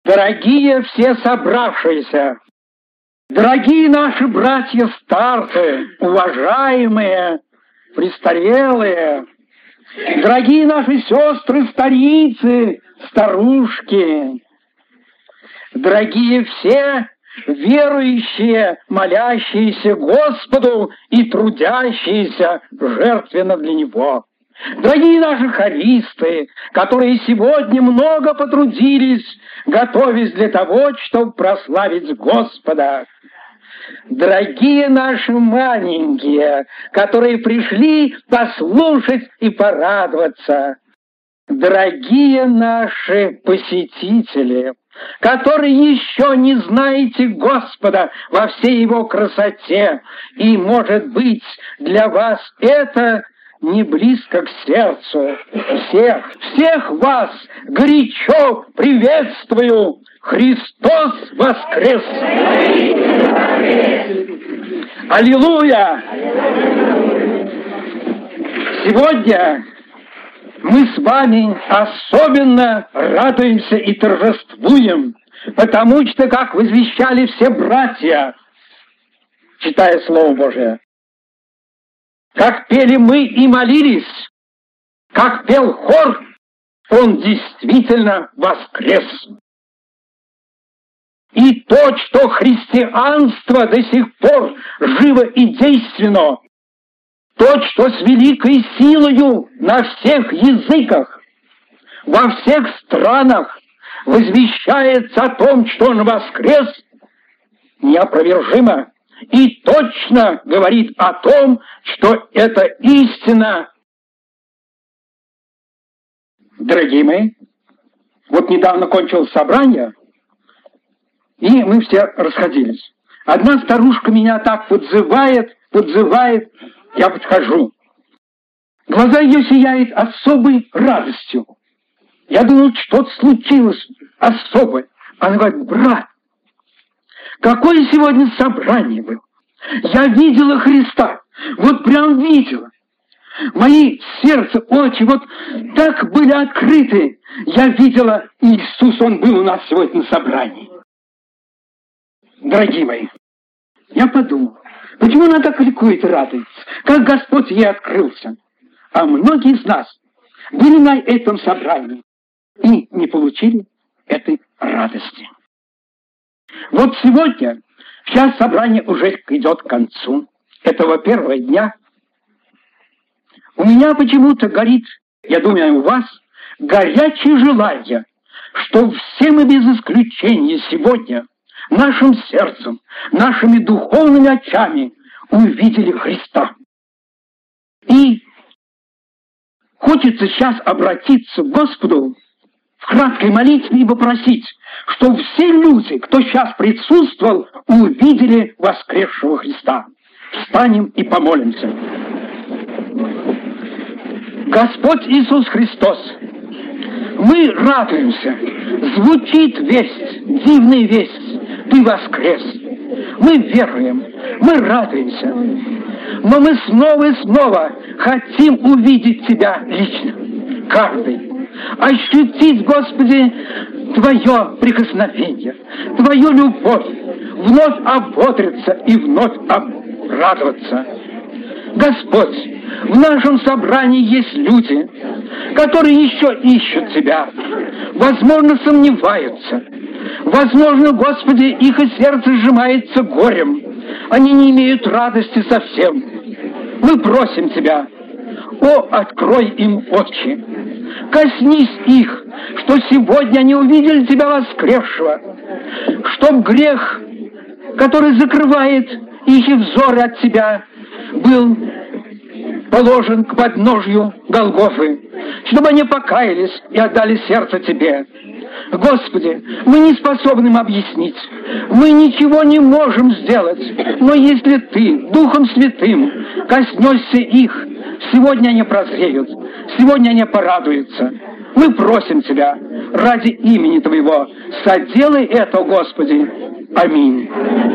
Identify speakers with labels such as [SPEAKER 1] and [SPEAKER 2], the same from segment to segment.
[SPEAKER 1] Дорогие все собравшиеся, дорогие наши братья-старцы, уважаемые, престарелые, дорогие наши сестры-старицы, старушки, дорогие все верующие, молящиеся Господу и трудящиеся жертвенно для Него. Дорогие наши хористы, которые сегодня много потрудились, готовясь для того, чтобы прославить Господа. Дорогие наши маленькие, которые пришли послушать и порадоваться. Дорогие наши посетители, которые еще не знаете Господа во всей Его красоте, и, может быть, для вас это не близко к сердцу. Всех вас горячо приветствую! Христос воскрес! Аллилуйя! Сегодня мы с вами особенно радуемся и торжествуем, потому что, как возвещали все братья, читая Слово Божие, как пели мы и молились, как пел хор, он действительно воскрес. И то, что христианство до сих пор живо и действенно, то, что с великой силою на всех языках, во всех странах возвещается о том, что он воскрес, неопровержимо и точно говорит о том, что это истина. Дорогие мои, вот недавно кончилось собрание, и мы все расходились. Одна старушка меня так подзывает, я подхожу. Глаза ее сияют особой радостью. Я думал, что-то случилось особое. Она говорит: брат, какое сегодня собрание было? Я видела Христа, вот прям видела. Мои сердце, очи вот так были открыты. Я видела Иисус, Он был у нас сегодня на собрании. Дорогие мои, я подумал, почему она так ликует и радуется, как Господь ей открылся. А многие из нас были на этом собрании и не получили этой радости. Вот сегодня, сейчас собрание уже идет к концу этого первого дня. У меня почему-то горит, я думаю, у вас, горячее желание, что все мы без исключения сегодня нашим сердцем, нашими духовными очами увидели Христа. И хочется сейчас обратиться к Господу в краткой молитве и попросить, чтобы все люди, кто сейчас присутствовал, увидели воскресшего Христа. Встанем и помолимся. Господь Иисус Христос, мы радуемся. Звучит весть, дивная весть. Ты воскрес. Мы веруем, мы радуемся. Но мы снова и снова хотим увидеть Тебя лично. Каждый. Ощутить, Господи, Твое прикосновение, Твою любовь. Вновь ободриться и вновь обрадоваться. Господь, в нашем собрании есть люди, которые еще ищут Тебя, возможно, сомневаются. Возможно, Господи, их и сердце сжимается горем. Они не имеют радости совсем. Мы просим Тебя, о, открой им очи. Коснись их, что сегодня они увидели Тебя воскресшего, чтоб грех, который закрывает их взоры от Тебя, был положен к подножью Голгофы, чтобы они покаялись и отдали сердце Тебе. Господи, мы не способны им объяснить, мы ничего не можем сделать, но если Ты, Духом Святым, коснешься их, сегодня они прозреют, сегодня они порадуются. Мы просим Тебя ради имени Твоего, соделай это, Господи. Аминь.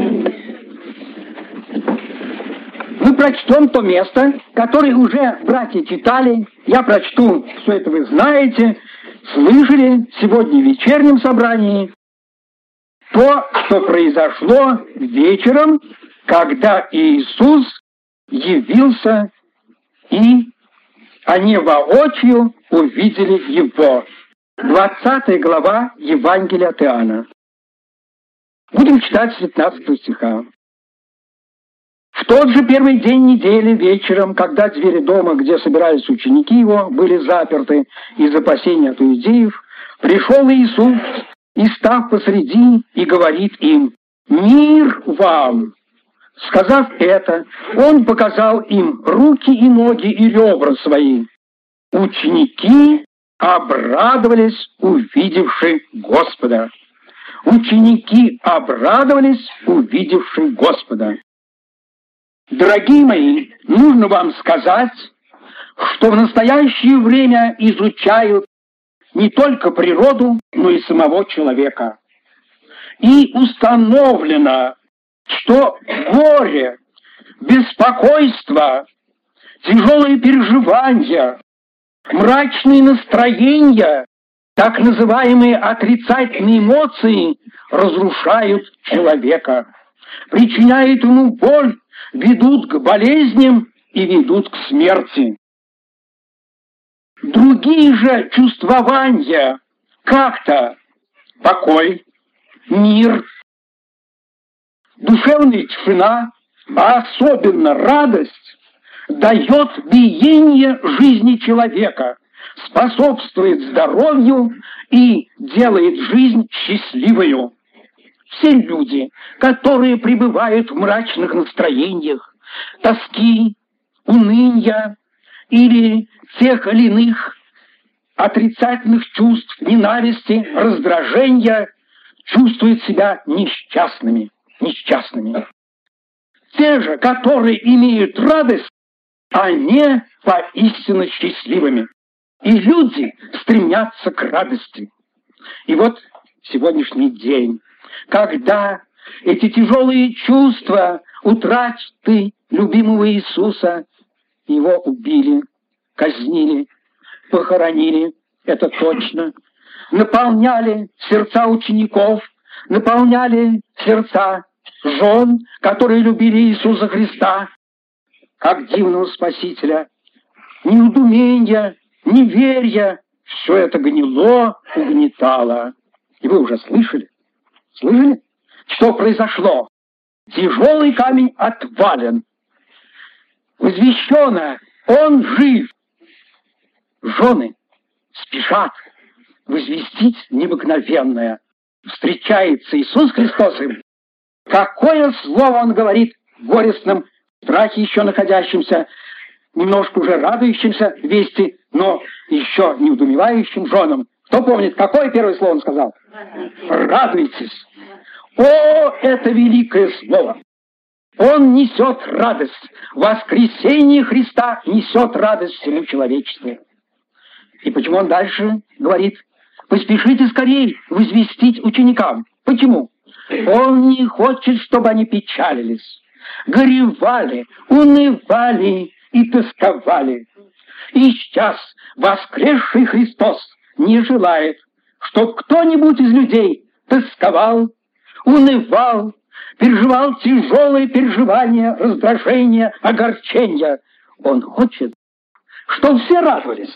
[SPEAKER 1] Мы прочтем то место, которое уже братья читали. Я прочту, все это вы знаете, слышали сегодня в вечернем собрании. то, что произошло вечером, когда Иисус явился, и они воочию увидели Его. 20 глава Евангелия от Иоанна. Будем читать с 15 стиха. В тот же первый день недели вечером, когда двери дома, где собирались ученики Его, были заперты из опасения от иудеев, пришел Иисус и, став посреди, и говорит им: «Мир вам!» Сказав это, Он показал им руки и ноги и ребра свои. Ученики обрадовались, увидевши Господа. Ученики обрадовались, увидевши Господа. Дорогие мои, нужно вам сказать, что в настоящее время изучают не только природу, но и самого человека. И установлено, что горе, беспокойство, тяжелые переживания, мрачные настроения, так называемые отрицательные эмоции, разрушают человека, причиняют ему боль, ведут к болезням и ведут к смерти. Другие же чувствования, как-то покой, мир, душевная тишина, а особенно радость, дает биение жизни человека, способствует здоровью и делает жизнь счастливою. Все люди, которые пребывают в мрачных настроениях, тоски, уныния или тех или иных отрицательных чувств, ненависти, раздражения, чувствуют себя несчастными. Те же, которые имеют радость, они поистине счастливыми. И люди стремятся к радости. И вот сегодняшний день, когда эти тяжелые чувства утраты любимого Иисуса, Его убили, казнили, похоронили, это точно, наполняли сердца учеников, наполняли сердца жен, которые любили Иисуса Христа, как дивного Спасителя. Неудумение, неверие, все это гнило, угнетало. И вы уже слышали? Слышали? Что произошло? Тяжелый камень отвален. Возвещено, он жив. Жены спешат возвестить необыкновенное. Встречается Иисус Христос им. Какое слово Он говорит горестным, в страхе еще находящимся, немножко уже радующимся вести, но еще не удумевающим женам. Кто помнит, какое первое слово Он сказал? Радуйтесь. О, это великое слово! Он несет радость. Воскресение Христа несет радость всему человечеству. И почему Он дальше говорит: поспешите скорее возвестить ученикам. Почему? Он не хочет, чтобы они печалились, горевали, унывали и тосковали. И сейчас воскресший Христос не желает, чтобы кто-нибудь из людей тосковал, унывал, переживал тяжелые переживания, раздражения, огорчения. Он хочет, чтобы все радовались.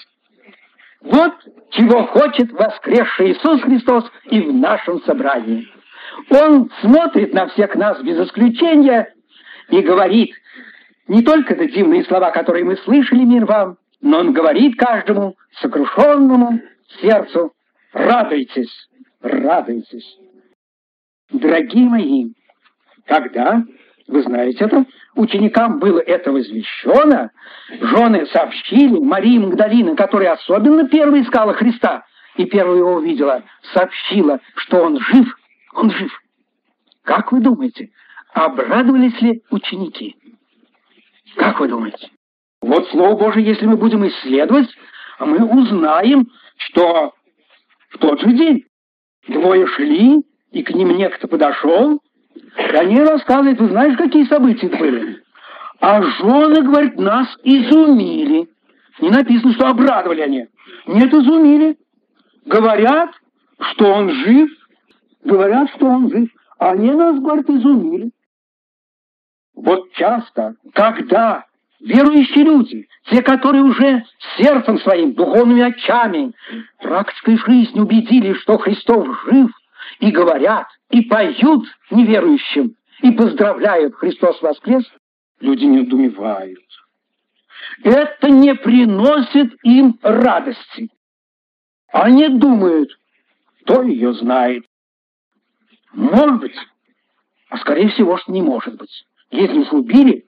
[SPEAKER 1] Вот чего хочет воскресший Иисус Христос и в нашем собрании. Он смотрит на всех нас без исключения и говорит не только те дивные слова, которые мы слышали, мир вам, но Он говорит каждому сокрушенному сердцу: радуйтесь, радуйтесь. Дорогие мои, когда, вы знаете это, ученикам было это возвещено, жены сообщили, Мария Магдалина, которая особенно первой искала Христа и первой Его увидела, сообщила, что Он жив. Он жив. Как вы думаете, обрадовались ли ученики? Как вы думаете? Вот Слово Божие, если мы будем исследовать, мы узнаем, что в тот же день двое шли, и к ним некто подошел, и они рассказывают: вы знаешь, какие события были? А жены, говорят, нас изумили. Не написано, что обрадовали они. Нет, изумили. Говорят, что он жив. Говорят, что он жив. Они нас, говорят, изумили. Вот часто, когда верующие люди, те, которые уже сердцем своим, духовными очами, практикой жизни убедились, что Христос жив, и говорят, и поют неверующим, и поздравляют «Христос воскрес», люди недоумевают. Это не приносит им радости. Они думают, кто ее знает. Может быть, а скорее всего, что не может быть. Если уж убили,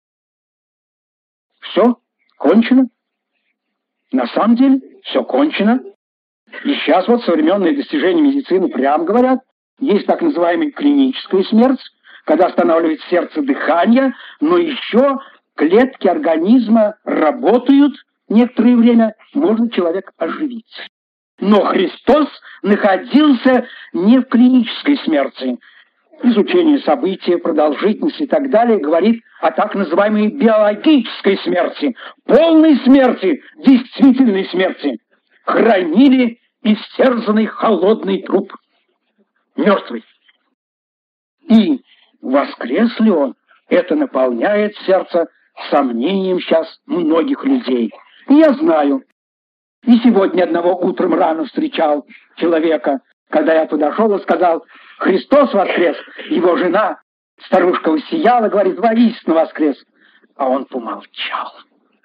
[SPEAKER 1] все кончено. На самом деле, все кончено. И сейчас вот современные достижения медицины прямо говорят, есть так называемая клиническая смерть, когда останавливается сердце, дыхание, но еще клетки организма работают некоторое время, можно человек оживить. Но Христос находился не в клинической смерти. Изучение событий, продолжительность и так далее говорит о так называемой биологической смерти, полной смерти, действительной смерти. Хранили истерзанный холодный труп, мертвый. И воскрес ли он, это наполняет сердце сомнением сейчас многих людей. И я знаю, и сегодня одного утром рано встречал человека, когда я туда шел и сказал, Христос воскрес, его жена, старушка усияла, говорит, воистину воскрес. А он помолчал.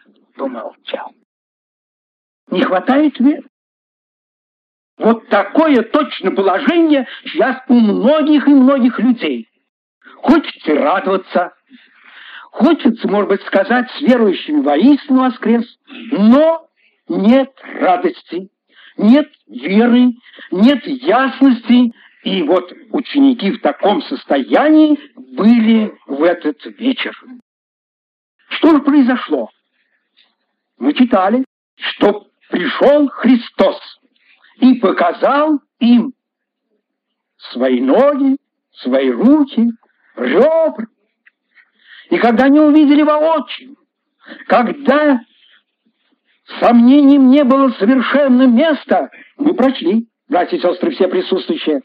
[SPEAKER 1] Не хватает веры. Вот такое точно положение сейчас у многих и многих людей. Хочется радоваться, хочется, может быть, сказать с верующими воистину воскрес, но нет радости, нет веры, нет ясности. И вот ученики в таком состоянии были в этот вечер. Что же произошло? Мы читали, что пришел Христос и показал им свои ноги, свои руки, ребра. И когда они увидели воочию, когда сомнениям не было совершенно места, мы прочли, братья и сестры, все присутствующие.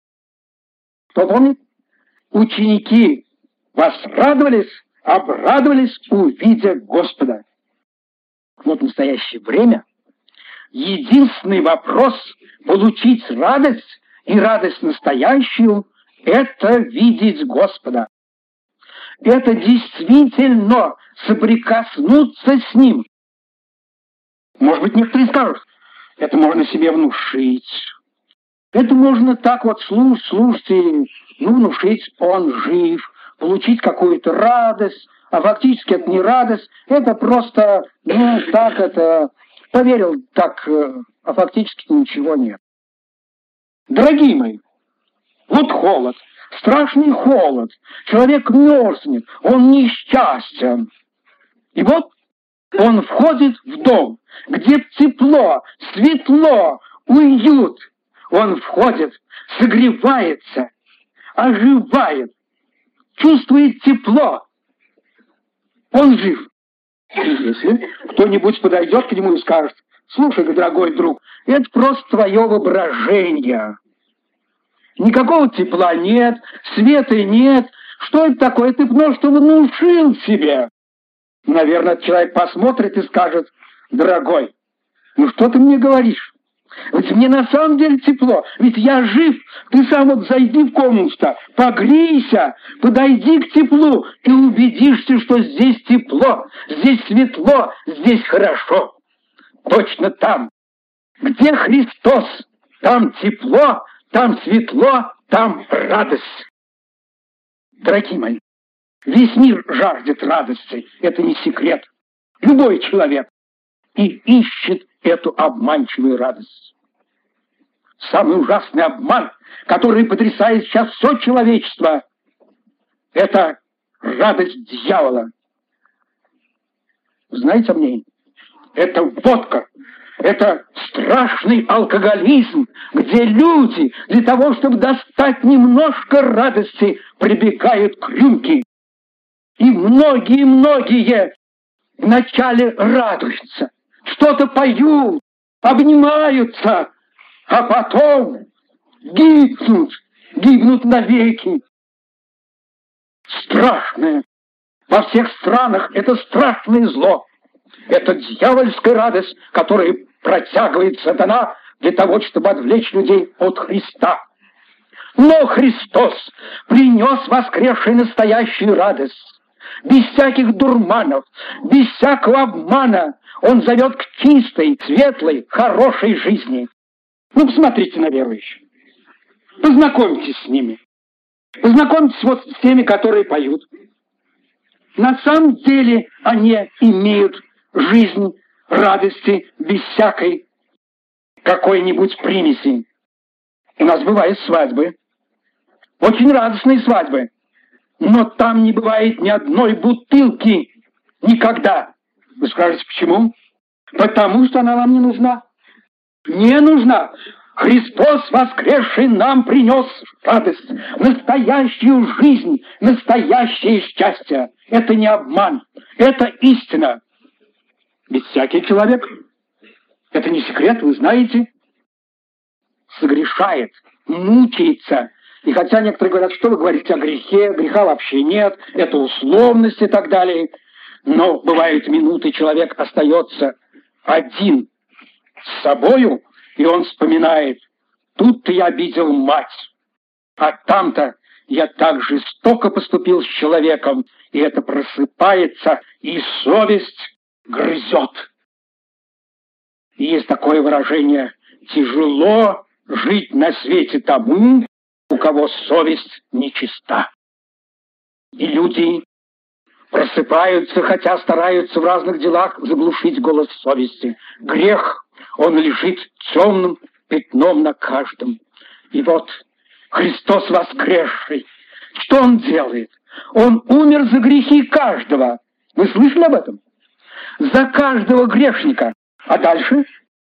[SPEAKER 1] Кто помнит? Ученики возрадовались, обрадовались, увидя Господа. Вот в настоящее время единственный вопрос получить радость и радость настоящую — это видеть Господа. Это действительно соприкоснуться с Ним. Может быть, некоторые скажут, это можно себе внушить. Это можно так вот слушайте, внушить, он жив, получить какую-то радость, а фактически это не радость, это просто, так это, поверил так, а фактически ничего нет. Дорогие мои, вот холод, страшный холод, человек мерзнет, он несчастен. И вот он входит в дом, где тепло, светло, уют. Он входит, согревается, оживает, чувствует тепло. Он жив. И если кто-нибудь подойдет к нему и скажет, слушай, дорогой друг, это просто твое воображение. Никакого тепла нет, света нет. Что это такое? Ты просто внушил себе. Наверное, человек посмотрит и скажет, дорогой, ну что ты мне говоришь? Ведь мне на самом деле тепло, ведь я жив. Ты сам вот зайди в комнату, погрейся, подойди к теплу и убедишься, что здесь тепло, здесь светло, здесь хорошо. Точно там, где Христос, там тепло, там светло, там радость. Дорогие мои, весь мир жаждет радости, это не секрет. Любой человек и ищет эту обманчивую радость. Самый ужасный обман, который потрясает сейчас все человечество, это радость дьявола. Знаете о ней? Это водка, это страшный алкоголизм, где люди для того, чтобы достать немножко радости, прибегают к рюмке. И многие вначале радуются, что-то поют, обнимаются, а потом гибнут гибнут навеки. Страшное. Во всех странах это страшное зло. Это дьявольская радость, которую протягивает сатана для того, чтобы отвлечь людей от Христа. Но Христос принес воскресшую настоящую радость. Без всяких дурманов, без всякого обмана Он зовет к чистой, светлой, хорошей жизни. Ну, посмотрите на верующих. Познакомьтесь с ними. Познакомьтесь вот с теми, которые поют. На самом деле они имеют жизнь радости без всякой какой-нибудь примеси. У нас бывают свадьбы, очень радостные свадьбы, но там не бывает ни одной бутылки никогда. Вы скажете, почему? Потому что она вам не нужна. Не нужна. Христос воскресший нам принес радость, настоящую жизнь, настоящее счастье. Это не обман, это истина. Ведь всякий человек, это не секрет, вы знаете, согрешает, мучается. И хотя некоторые говорят, что вы говорите о грехе, греха вообще нет, это условность и так далее. Но бывают минуты, человек остается один с собою, и он вспоминает, тут-то я обидел мать, а там-то я так жестоко поступил с человеком, и это просыпается, и совесть грызет. И есть такое выражение: тяжело жить на свете тому, у кого совесть нечиста. И люди просыпаются, хотя стараются в разных делах заглушить голос совести. Грех, он лежит темным пятном на каждом. И вот Христос воскресший, что Он делает? Он умер за грехи каждого. Вы слышали об этом? За каждого грешника. А дальше?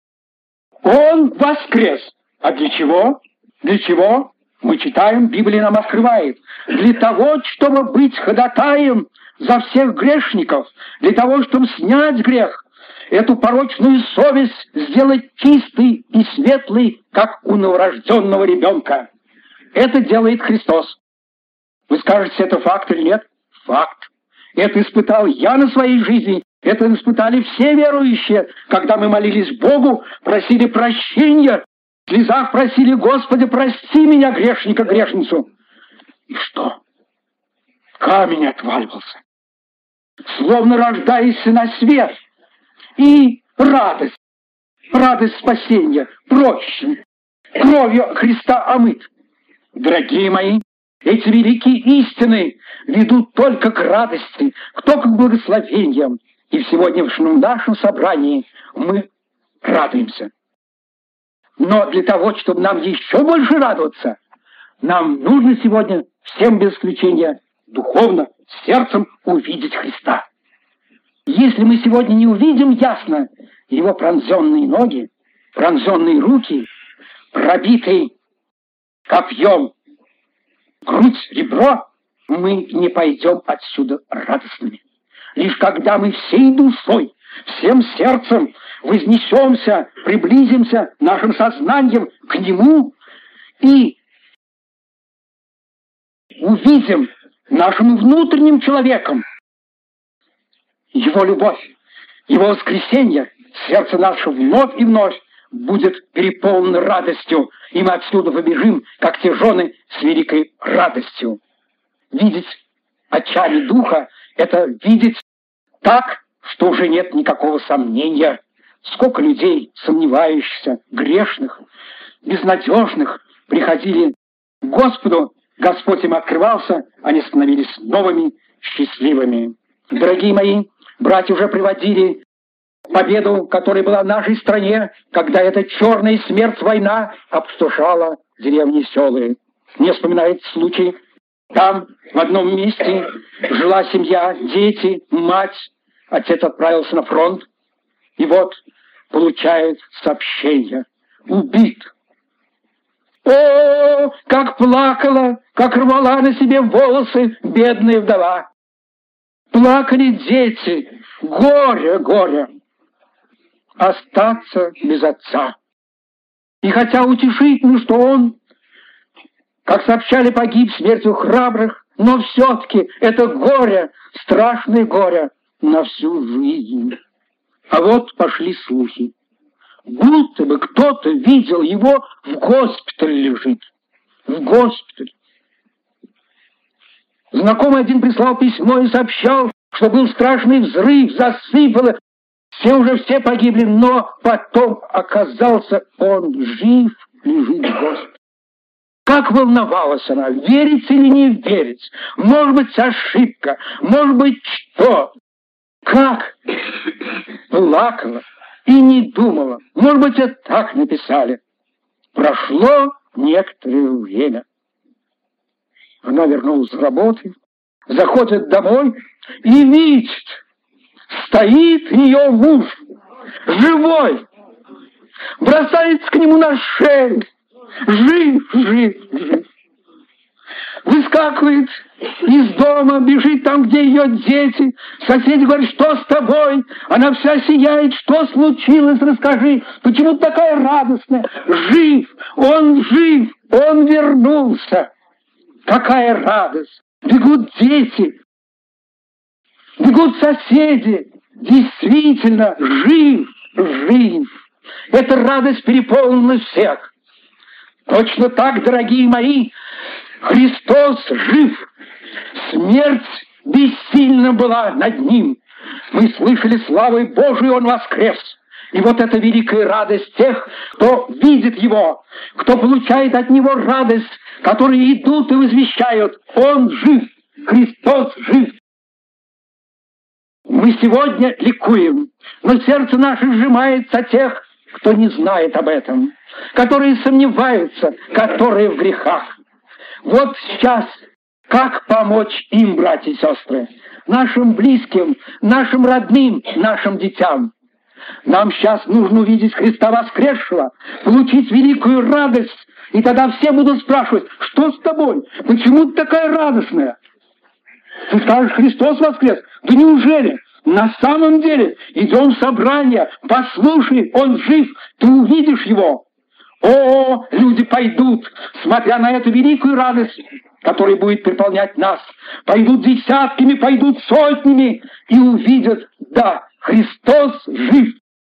[SPEAKER 1] Он воскрес. А для чего? Для чего? Мы читаем, Библия нам открывает. Для того, чтобы быть ходатаем за всех грешников, для того, чтобы снять грех, эту порочную совесть сделать чистой и светлой, как у новорожденного ребенка. Это делает Христос. Вы скажете, это факт или нет? Факт. Это испытал я на своей жизни, это испытали все верующие, когда мы молились Богу, просили прощения, в слезах просили: Господи, прости меня, грешника, грешницу. И что? Камень отваливался, словно рождаясь на свет. И радость, радость спасения, прощен, кровью Христа омыт. Дорогие мои, эти великие истины ведут только к радости, к только к благословениям. И в сегодняшнем нашем собрании мы радуемся. Но для того, чтобы нам еще больше радоваться, нам нужно сегодня, всем без исключения, духовно, сердцем увидеть Христа. Если мы сегодня не увидим ясно Его пронзенные ноги, пронзенные руки, пробитые копьем грудь, ребро, мы не пойдем отсюда радостными. Лишь когда мы всей душой, всем сердцем вознесемся, приблизимся нашим сознанием к Нему и увидим нашим внутренним человеком Его любовь, Его воскресенье, сердце наше вновь и вновь будет переполнено радостью, и мы отсюда побежим, как те жены, с великой радостью. Видеть очами духа — это видеть так, что уже нет никакого сомнения. Сколько людей, сомневающихся, грешных, безнадежных, приходили к Господу, Господь им открывался, они становились новыми, счастливыми. Дорогие мои, братья уже приводили победу, которая была в нашей стране, когда эта черная смерть, война опустошала деревни и селы. Мне вспоминается случай. Там, в одном месте, жила семья, дети, мать. Отец отправился на фронт. И вот получает сообщение: убит. О, как плакала, как рвала на себе волосы бедная вдова. Плакали дети. Горе, горе. Остаться без отца. И хотя утешительно, что он как сообщали, погиб смертью храбрых, но все-таки это горе, страшное горе на всю жизнь. А вот пошли слухи. Будто бы кто-то видел его в госпитале лежит. В госпитале. Знакомый один прислал письмо и сообщал, что был страшный взрыв, засыпало, все погибли, но потом оказался он жив, лежит в госпитале. Как волновалась она, верить или не верить, может быть, ошибка, может быть, что? Как плакала и не думала, может быть, это так написали. Прошло некоторое время. Она вернулась с работы, заходит домой и видит, стоит ее муж, живой, бросается к нему на шею, жив. Выскакивает из дома, бежит там, где ее дети. Соседи говорят, что с тобой? Она вся сияет, что случилось, расскажи. Почему ты такая радостная? Жив, он вернулся. Какая радость! Бегут дети, бегут соседи. Действительно, жив. Эта радость переполнила всех. Точно так, дорогие мои, Христос жив. Смерть бессильна была над ним. Мы слышали славой Божией, он воскрес. И вот эта великая радость тех, кто видит его, кто получает от него радость, которые идут и возвещают: он жив, Христос жив. Мы сегодня ликуем, но сердце наше сжимается от тех, кто не знает об этом, которые сомневаются, которые в грехах. Вот сейчас как помочь им, братья и сестры, нашим близким, нашим родным, нашим детям? Нам сейчас нужно увидеть Христа воскресшего, получить великую радость, и тогда все будут спрашивать: что с тобой? Почему ты такая радостная? Ты скажешь: Христос воскрес. Да неужели? На самом деле, идем в собрание, послушай, он жив, ты увидишь его. О, люди пойдут, смотря на эту великую радость, которая будет переполнять нас. Пойдут десятками, пойдут сотнями и увидят: да, Христос жив.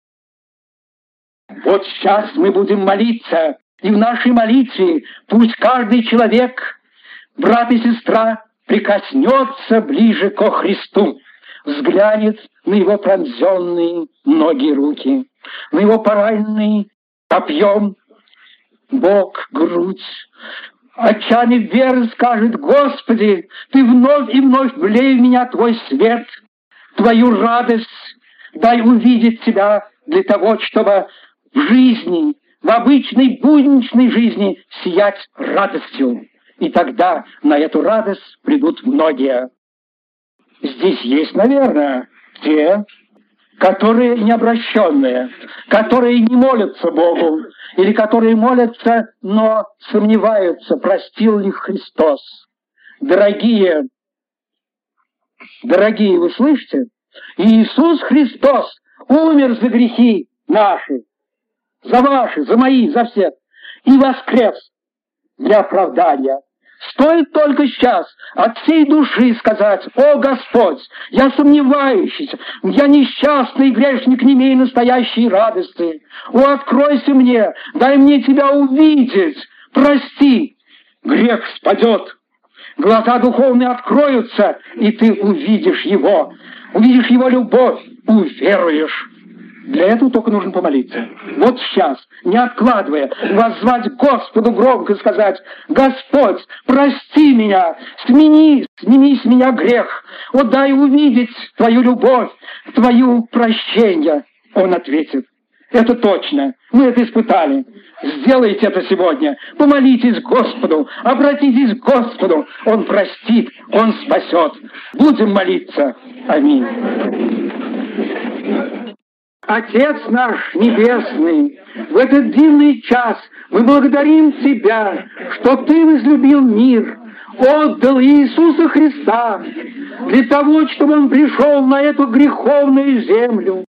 [SPEAKER 1] Вот сейчас мы будем молиться, и в нашей молитве пусть каждый человек, брат и сестра, прикоснется ближе ко Христу, взглянет на его пронзенные ноги и руки, на его пораненный копьем бок, грудь. Отчаянный веры скажет: Господи, Ты вновь и вновь влей в меня Твой свет, Твою радость, дай увидеть Тебя для того, чтобы в жизни, в обычной будничной жизни сиять радостью. И тогда на эту радость придут многие. Здесь есть, наверное, те, которые необращенные, которые не молятся Богу, или которые молятся, но сомневаются, простил ли Христос. Дорогие, вы слышите? Иисус Христос умер за грехи наши, за ваши, за мои, за всех, и воскрес для оправдания. Стоит только сейчас от всей души сказать: «О Господь, я сомневающийся, я несчастный грешник, не имею настоящей радости. О, откройся мне, дай мне Тебя увидеть, прости». Грех спадет, глаза духовные откроются, и ты увидишь Его любовь, уверуешь. Для этого только нужно помолиться. Вот сейчас, не откладывая, воззвать Господу громко и сказать: Господь, прости меня, сними с меня грех, вот дай увидеть Твою любовь, Твою прощение. Он ответит: это точно, мы это испытали. Сделайте это сегодня, помолитесь Господу, обратитесь к Господу, Он простит, Он спасет. Будем молиться. Аминь. Отец наш Небесный, в этот дивный час мы благодарим Тебя, что Ты возлюбил мир, отдал Иисуса Христа для того, чтобы Он пришел на эту греховную землю,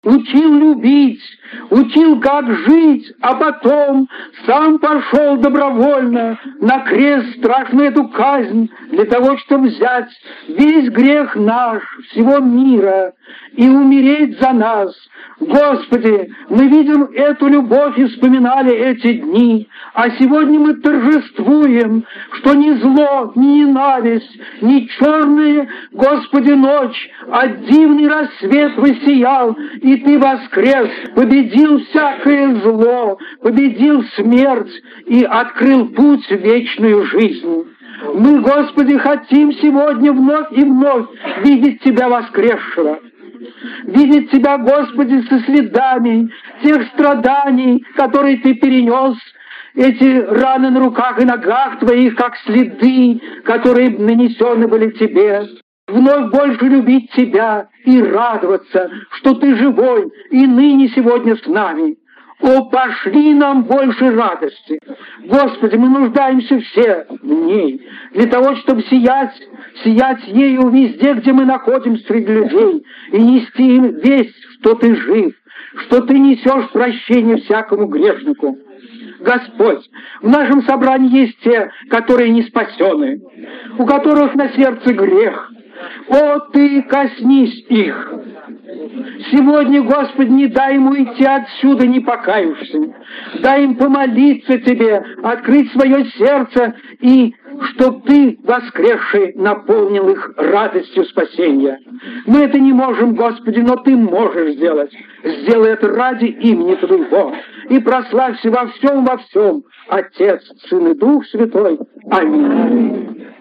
[SPEAKER 1] учил любить, учил, как жить, а потом сам пошел добровольно на крест, страшную эту казнь, для того, чтобы взять весь грех наш, всего мира, и умереть за нас. Господи, мы видим эту любовь и вспоминали эти дни, а сегодня мы торжествуем, что ни зло, ни ненависть, ни черная, Господи, ночь, а дивный рассвет воссиял, и Ты воскрес, победил всякое зло, победил смерть и открыл путь в вечную жизнь. Мы, Господи, хотим сегодня вновь и вновь видеть Тебя воскресшего. Видеть Тебя, Господи, со следами тех страданий, которые Ты перенес, эти раны на руках и ногах Твоих, как следы, которые нанесены были Тебе. Вновь больше любить Тебя и радоваться, что Ты живой и ныне сегодня с нами. О, пошли нам больше радости! Господи, мы нуждаемся все в ней, для того, чтобы сиять ею везде, где мы находимся среди людей, и нести им весть, что Ты жив, что Ты несешь прощение всякому грешнику. Господь, в нашем собрании есть те, которые не спасены, у которых на сердце грех. О, Ты коснись их! Сегодня, Господи, не дай ему идти отсюда, не покаявшись. Дай им помолиться Тебе, открыть свое сердце, и чтоб Ты, воскресший, наполнил их радостью спасения. Мы это не можем, Господи, но Ты можешь сделать. Сделай это ради имени Твоего. И прославься во всем, Отец, Сын и Дух Святой. Аминь.